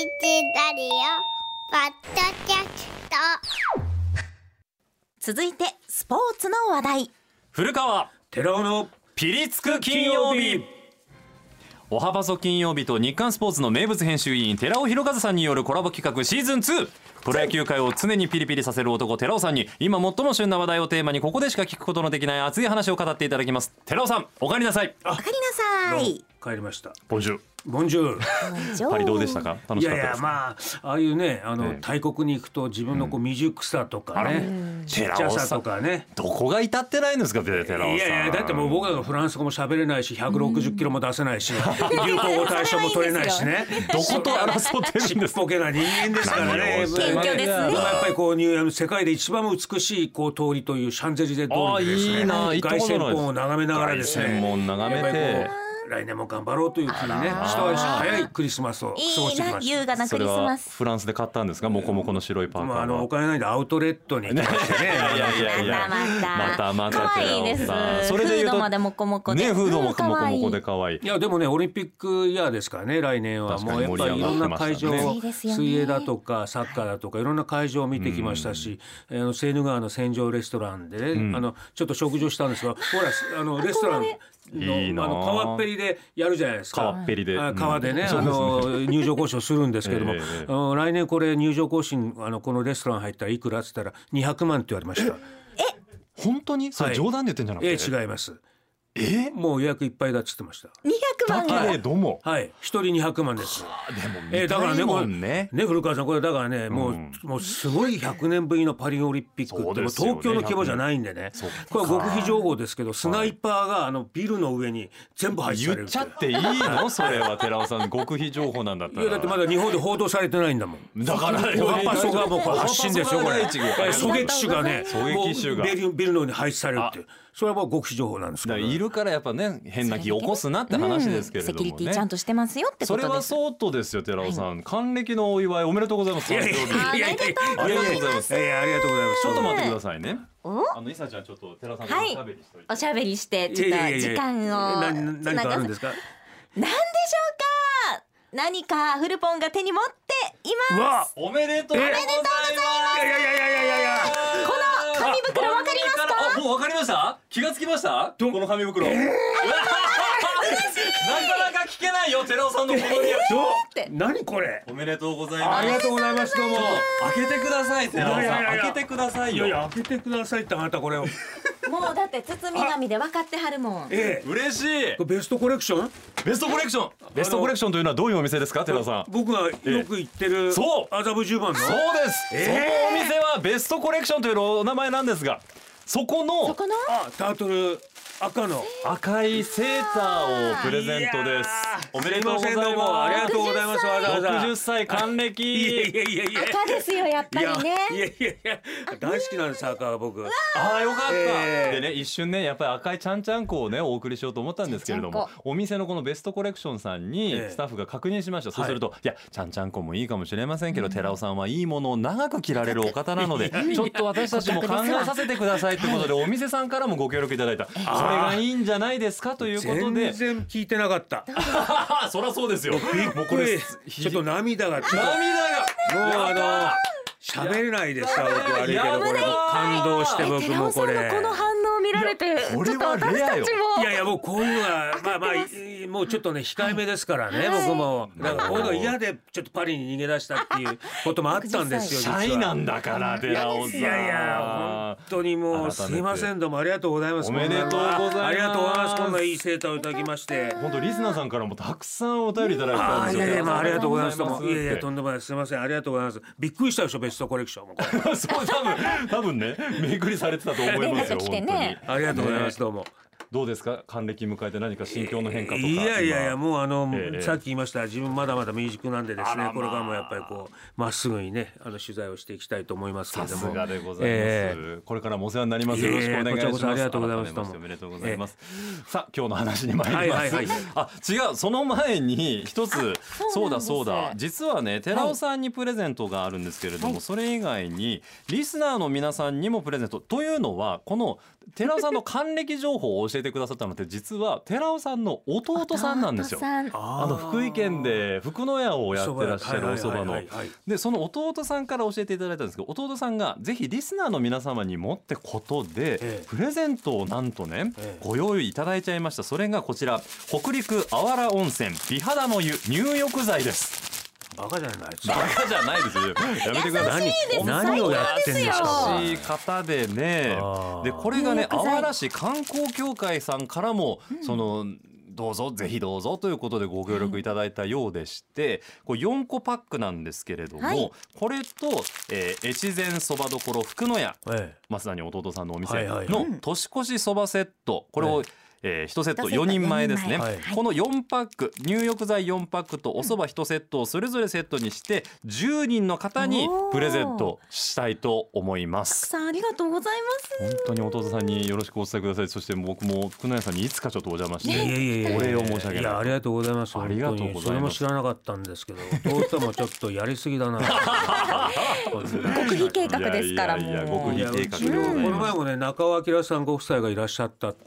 ラディオポッドキャスト。 続いてスポーツの話題。 古川寺尾のピリつく金曜日。おはばそ金曜日と日刊スポーツの名物編集委員寺尾博一さんによるコラボ企画シーズン2。プロ野球界を常にピリピリさせる男寺尾さんに今最も旬な話題をテーマにここでしか聞くことのできない熱い話を語っていただきます。寺尾さんお帰りなさい。 おかえりなさい。 帰りました。 ボンジュール。 ボンジュール。 パリどうでしたか？楽しかったですか？ いやいや、まあああいうね大国に行くと自分の未熟さとかね、ちっちゃさとかね、 どこが至ってないんですか寺尾さん。 いやいや、だってもう僕らがフランス語も喋れないし160キロも出せないし、流行語大賞も取れないしね、 どこと争ってるんですちっぽけな人間ですからね。 謙虚ですね。 やっぱりこう世界で一番美しいこう通りというシャンゼリゼ通りでですね、 いいな、 凱旋門を眺めながらですね、 凱旋門眺めて来年も頑張ろうという気にね、一足早いクリスマスを過ごしてきました。 いいな、優雅なクリスマス。 それはフランスで買ったんですか？モコモコの白いパーカーは。 お金ないんでアウトレットに行きましてね。 いやいやまた可愛いです。 それで言うとフードまでモコモコでね、フードもモコモコで可愛い。 いやでもね、オリンピックイヤーですからね、来年はもうやっぱりいろんな会場、水泳だとかサッカーだとかいろんな会場を見てきましたし、セーヌ川の戦場レストランでね、ちょっと食事をしたんですが、ほらレストランの川っぺりでやるじゃないですか。 川っぺりで川でね、入場交渉するんですけども、来年これ入場行進このレストラン入ったらいくらって言ったら200万って言われました。 本当に？それ冗談で言ってんじゃなくて？ 違います。もう予約いっぱいだって言ってました。 200万だけれども、 はい、一人200万です。 でもだからね、これね、 古川さん、これだからね、もうすごい100年ぶりのパリオリンピックって、東京の規模じゃないんでね、これは極秘情報ですけど、スナイパーがビルの上に全部配置される。 言っちゃっていいの？それは寺尾さん、極秘情報なんだったら。 いやだってまだ日本で報道されてないんだもん。 だからオハパソがもう発信ですよこれ。狙撃手がね、ビルの上に配置されるって。それはもう極秘情報なんですから。 いるからやっぱね、変な気起こすなって話ですけれどもね。 セキュリティちゃんとしてますよってことです。 それは相当ですよ寺尾さん。還暦のお祝いおめでとうございます。 いやありがとうございます。 ありがとうございます。 ちょっと待ってくださいね。いさちゃんちょっと寺尾さんとおしゃべりしといて。 おしゃべりしてちょっと時間を。 何かあるんですか？ なんでしょうか。何かフルポンが手に持っています。 おめでとうございます。 いやこの紙袋わかりますか？ もうわかりました？気がつきました？この紙袋。なかなか聞けないよ寺尾さんのこのリアクション。 何これ？ おめでとうございます。 ありがとうございます。どうも。 開けてください寺尾さん。開けてくださいよ。 いや開けてくださいってあなたこれを。 もうだって包み紙で分かってはるもん。 嬉しい。 ベストコレクション？ ベストコレクション。ベストコレクションというのはどういうお店ですか寺尾さん？ 僕がよく行ってる麻布十番の。 そうです。そのお店はベストコレクションというお名前なんですが、そこのタートル赤いセーターをプレゼントです。おめでとうございます。 ありがとうございます。 60歳還暦。 いや赤ですよやっぱりね。 いや大好きなんです赤は僕。 ああよかった。でね、一瞬ねやっぱり赤いちゃんちゃんこをねお送りしようと思ったんですけれども、お店のこのベストコレクションさんにスタッフが確認しました。そうすると、いやちゃんちゃんこもいいかもしれませんけど、寺尾さんはいいものを長く着られるお方なのでちょっと私たちも考えさせてくださいってことで、お店さんからもご協力いただいた。それがいいんじゃないですかということで。 全然聞いてなかった。 そりゃそうですよ。 もうこれちょっと涙がもう喋れないですか。僕悪いけどこれ感動して、僕もこれこの反応見られてちょっと私たちも。 いやもうこういうのはまあもうちょっとね控えめですからね、僕もだからこういうの嫌でちょっとパリに逃げ出したっていうこともあったんですよ。 シャイなんだから寺尾さん。 いや本当にもうすいません、どうもありがとうございます。 おめでとうございます。 ありがとうございます。こんないいセーターをいただきまして、 本当リスナーさんからもたくさんお便りいただいたんですよ。 ありがとうございます。いやとんでもないです。すいません、ありがとうございます。びっくりしたでしょベストコレクションも。 そう多分ねめくりされてたと思いますよ。本当にありがとうございます。どうも。 どうですか、還暦迎えて何か心境の変化とか。 いやもうさっき言いました、自分まだまだ未熟なんでですね、これからもやっぱりこうまっすぐにね取材をしていきたいと思いますけれども。 さすがでございます。これからもお世話になります。よろしくお願いします。 ありがとうございます。 おめでとうございます。さあ今日の話に参ります。違う、その前に一つ、そうだ実はね寺尾さんにプレゼントがあるんですけれども、それ以外にリスナーの皆さんにもプレゼントというのは、この寺尾さんの還暦情報を教ええてくださったのって実は寺尾さんの弟さんなんですよ。福井県で福の屋をやってらっしゃるお蕎麦ので、その弟さんから教えていただいたんですけど、弟さんがぜひリスナーの皆様にもってことでプレゼントをなんとねご用意いただいちゃいました。それがこちら、北陸あわら温泉美肌の湯入浴剤です。 バカじゃないですバカじゃないですよ。やめてください。 何をやってんですか。 優しい方でね。でこれがね、あわら市観光協会さんからもそのどうぞぜひどうぞということでご協力いただいたようでして、これ4個パックなんですけれども、これと越前そばどころ福の屋、まさに弟さんのお店の年越しそばセット、これを1セット4人前ですね、この4パック入浴剤4パックとお蕎麦1セットをそれぞれセットにして10人の方にプレゼントしたいと思います。 たくさんありがとうございます。 本当に弟さんによろしくお伝えください。そして僕も福の屋さんにいつかちょっとお邪魔してお礼を申し上げない。 ありがとうございます。 ありがとうございます。 それも知らなかったんですけど、弟もちょっとやりすぎだな。 極秘計画ですから。もう極秘計画でございます。 この前もね、中尾明さんご夫妻がいらっしゃったって、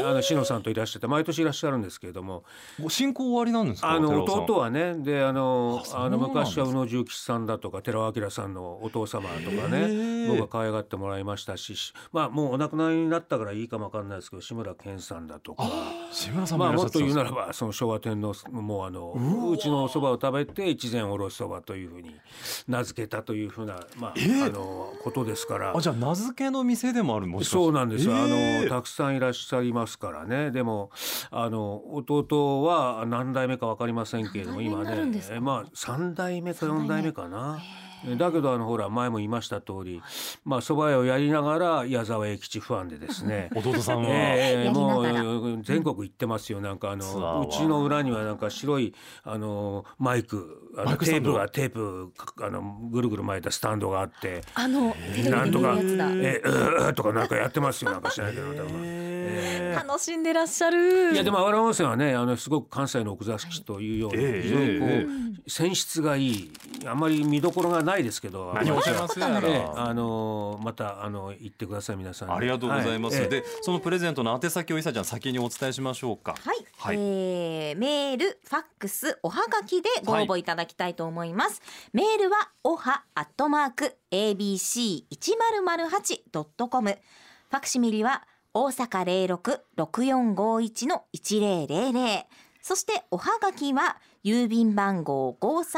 しのさんといらっしゃって毎年いらっしゃるんですけれども、 進行終わりなんですか。 弟はね、で昔は宇野重吉さんだとか寺尾明さんのお父様とかね、僕は可愛がってもらいましたし、まあもうお亡くなりになったからいいかもわかんないですけど、志村けんさんだとか、 志村さんもいらっしゃってたんですか。 もっと言うならばその昭和天皇もうちのお蕎麦を食べて越前おろしそばというふうに名付けたというふうなことですから。 じゃあ名付けの店でもある。もしかしてそうなんですよ。たくさんいらっしゃいますからね。でも弟は何代目か分かりませんけれども、今ね3代目か4代目かな。だけどほら前も言いました通り、蕎麦屋をやりながら矢沢永吉ファンでですね弟さんは、 もう全国行ってますよ。なんかうちの裏にはなんか白いマイクテープぐるぐる巻いたスタンドがあって、なんとかとかなんかやってますよ。なんかしないけど楽しんでらっしゃる。 いやでもあわら温泉はね、すごく関西の奥座敷というように非常にこう泉質がいい、あんまり見どころがないですけど、 何をおっしゃいますやら、 また行ってください皆さん。 ありがとうございます。でそのプレゼントの宛先をいさちゃん先にお伝えしましょうか。 メール、ファックス、おはがきでご応募いただきたいと思います。メールはoha@abc1008.com、 ファクシミリは大阪 06-6451-1000、 そしておはがきは郵便番号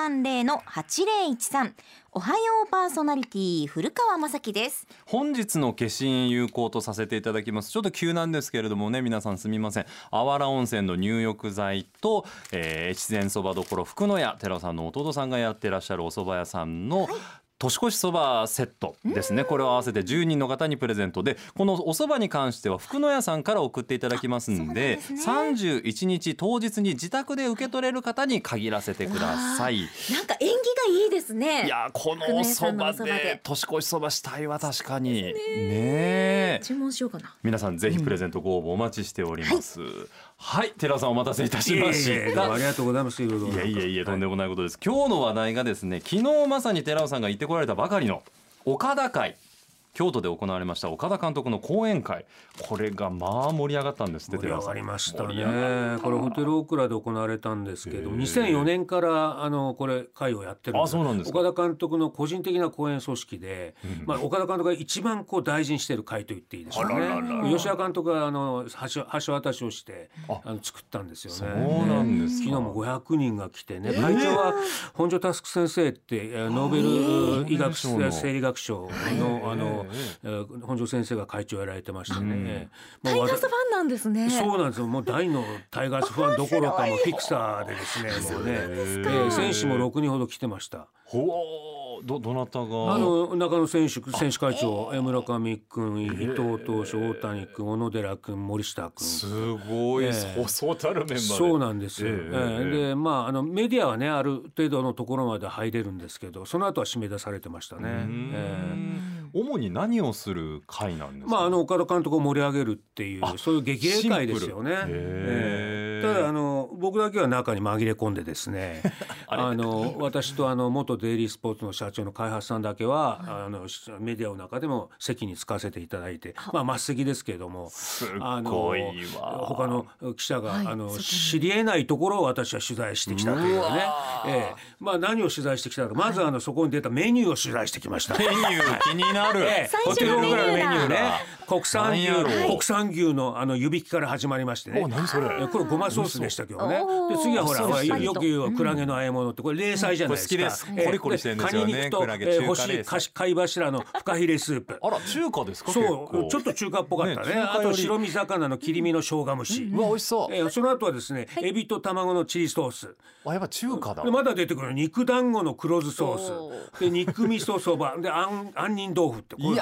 530-8013、 おはようパーソナリティ古川雅樹です。 本日の消印有効とさせていただきます。ちょっと急なんですけれどもね、皆さんすみません。あわら温泉の入浴剤と、越前そばどころ福の屋、寺尾さんの弟さんがやってらっしゃるお蕎麦屋さんの、年越しそばセットですね。これを合わせて10人の方にプレゼントで、このお蕎麦に関しては福の屋さんから送っていただきますんで、31日当日に自宅で受け取れる方に限らせてください。 なんか縁起がいいですね。 いやこのお蕎麦で年越しそばしたいわ。確かにね。 注文しようかな。 皆さんぜひプレゼントご応募お待ちしております。はい、寺尾さんお待たせいたしました。 ありがとうございます。いえとんでもないことです。今日の話題がですね、昨日まさに寺尾さんが行ってこられたばかりの岡田会、京都で行われました岡田監督の講演会、これが盛り上がったんですって。 盛り上がりましたね。これホテルオークラで行われたんですけど、2004年からこれ会をやってるんです。 そうなんですか。 岡田監督の個人的な講演組織で、岡田監督が一番大事にしている会と言っていいでしょうね。吉田監督が橋渡しをして作ったんですよね。 そうなんですか。 昨日も500人が来てね、会長は本庶佑先生ってノーベル医学生理学賞の本庶先生が会長をやられてましたね。 タイガースファンなんですね。 そうなんですよ。もう大のタイガースファンどころかもうフィクサーでですね、もうね、選手も6人ほど来てました。 どなたが？ 中野選手会長、村上君、伊藤投手、大谷君、小野寺君、森下君、 すごいそうたるメンバーで。 そうなんですよ。でメディアはねある程度のところまで入れるんですけど、その後は締め出されてましたね。 主に何をする会なんですか？ 岡田監督を盛り上げるっていうそういう激励会ですよね。ただ僕だけは中に紛れ込んでですね私と元デイリースポーツの社長の開発さんだけは、メディアの中でも席につかせていただいて、末席ですけれども、 すごいわ。 他の記者が、知り得ないところを私は取材してきたというね、何を取材してきたのか、まずそこに出たメニューを取材してきました。 メニュー気になる。 ホテルオーガのメニューね、国産牛の湯引きから始まりましてね。 何それ。 これごまソースでしたけどね。で次はほらよく言うクラゲの和え物って、これ冷菜じゃないですか。 好きです。コリコリしてるんですよね。 カニ肉と干し貝柱のフカヒレスープ。 あら、中華ですか。 そう、ちょっと中華っぽかったね。あと白身魚の切り身の生姜蒸し。 うわ、美味しそう。 その後はですね、エビと卵のチリソース。 やっぱ中華だ。 でまだ出てくる肉団子の黒酢ソースで肉味噌そばで杏仁豆腐って、これ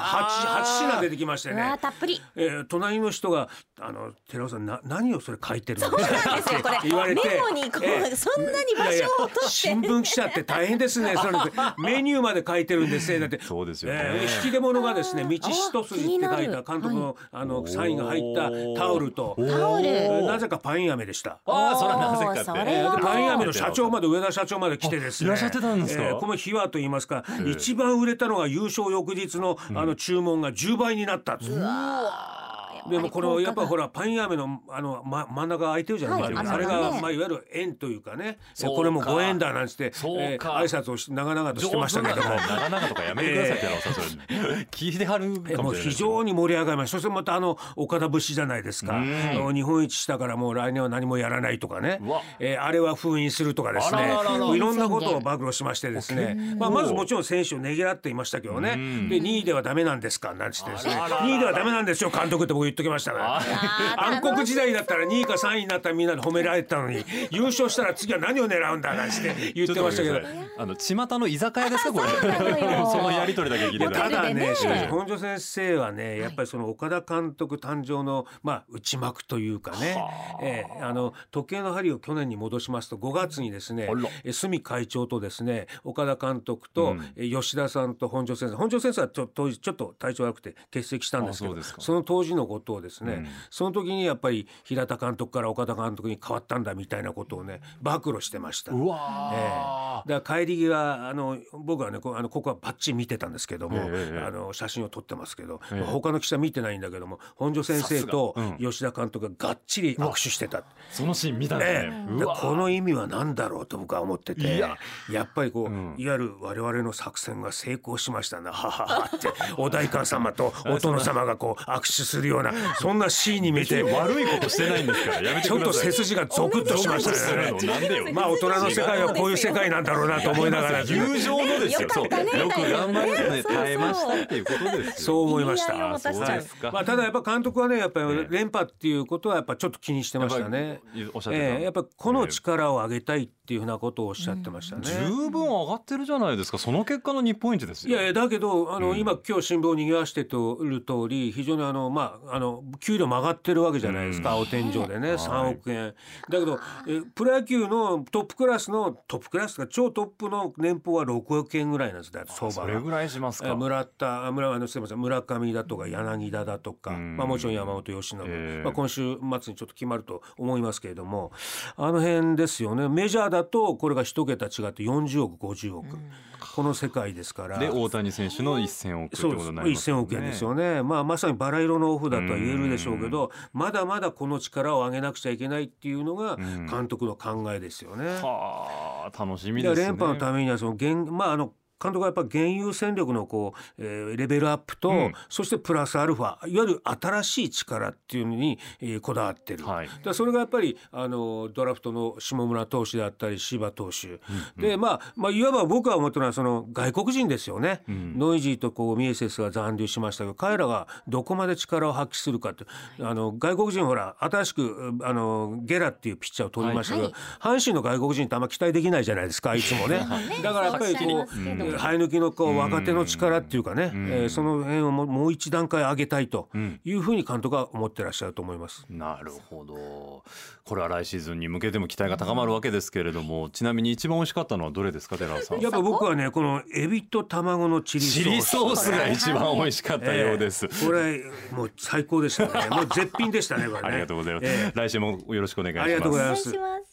8品出てきましてね。 たっぷり。 隣の人が寺尾さん何をそれ書いてるんですかってこれ言われて、 メモにそんなに場所を取って新聞記者って大変ですね。それメニューまで書いてるんですね。だってそうですよね。 引き出物がですね、道一筋って書いた監督のサインが入ったタオルと、なぜかパイン飴でした。 それはなぜかって。 パイン飴の社長まで、上田社長まで来てですね、 いらっしゃってたんですか。 この秘話と言いますか、一番売れたのが優勝翌日の注文が10倍になったんです。でもこのやっぱほらパイン飴の真ん中空いてるじゃないですか。あれがいわゆる円というかね、これもご縁だなんつって挨拶を長々としてましたけども、 長々とかやめてくださいって聞いてはるかもしれない。 もう非常に盛り上がりました。そしてまた岡田節じゃないですか。日本一したからもう来年は何もやらないとかね、あれは封印するとかですね、いろんなことを暴露しましてですね、まずもちろん選手をねぎらっていましたけどね。で2位ではダメなんですかなんつってですね、2位ではダメなんですよ監督って僕言っときましたから。暗黒時代だったら2位か3位になったらみんなで褒められてたのに、優勝したら次は何を狙うんだなんて言ってましたけど、 巷の居酒屋ですかこれ。そのやり取りだけ聞いてただね、しかし本庄先生はね、やっぱりその岡田監督誕生の内幕というかね、時計の針を去年に戻しますと5月にですね、角会長とですね、岡田監督と吉田さんと本庄先生はちょっと体調悪くて欠席したんですけど、その当時のことをですね、その時にやっぱり平田監督から岡田監督に変わったんだみたいなことをね暴露してました。だから帰り際僕はねここはバッチリ見てたんですけども、写真を撮ってますけど、他の記者見てないんだけども、本庄先生と吉田監督ががっちり握手してた。 そのシーン見たんですね。 でこの意味は何だろうと僕は思ってて、やっぱりいわゆる我々の作戦が成功しましたなはははってお代官様とお殿様が握手するようなそんなシーンに見て、 悪いことしてないんですからやめてください。 ちょっと背筋がゾクッとしましたね。大人の世界はこういう世界なんだろうなと思いながら、 友情のですよ。よく頑張って耐えましたっていうことですよ。 そう思いました。ただやっぱ監督はね、やっぱり連覇っていうことはやっぱちょっと気にしてましたね。やっぱこの力を上げたいっていうふうなことをおっしゃってましたね。 十分上がってるじゃないですか。その結果の日本一ですよ。 いやだけど今新聞を賑わしている通り、非常に給料も上がってるわけじゃないですか。青天井でね3億円だけど、プロ野球のトップクラスが超トップの年俸は6億円ぐらいなんです。だ相場がそれぐらいしますか。 村上だとか柳田だとか、もちろん山本由伸、今週末にちょっと決まると思いますけれども、辺ですよね。メジャーだとこれが一桁違って40億50億、この世界ですから。 で大谷選手の1000億ってことになりますね。1000億円ですよね。まさにバラ色のオフだとは言えるでしょうけど、まだまだこの力を上げなくちゃいけないっていうのが監督の考えですよね。 楽しみですね。 連覇のためには監督はやっぱ現有戦力のレベルアップと、そしてプラスアルファ、いわゆる新しい力っていうのに、こだわってる、だそれがやっぱりドラフトの下村投手であったり柴投手、でいわば僕は思ってるのはその外国人ですよね。ノイジーとミエセスが残留しましたけど、彼らがどこまで力を発揮するかって、外国人ほら新しくゲラっていうピッチャーを取りましたけど、阪神の外国人ってあんま期待できないじゃないですか、いつもね。だからやっぱり生え抜きの若手の力っていうかね、その辺をもう一段階上げたいというふうに監督は思ってらっしゃると思います。 なるほど。これは来シーズンに向けても期待が高まるわけですけれども、ちなみに一番美味しかったのはどれですか、寺尾さん。 やっぱ僕はね、このエビと卵のチリソースが一番美味しかったようです。 これもう最高でしたね。もう絶品でしたね。これね。 ありがとうございます。来週もよろしくお願いします。 ありがとうございます。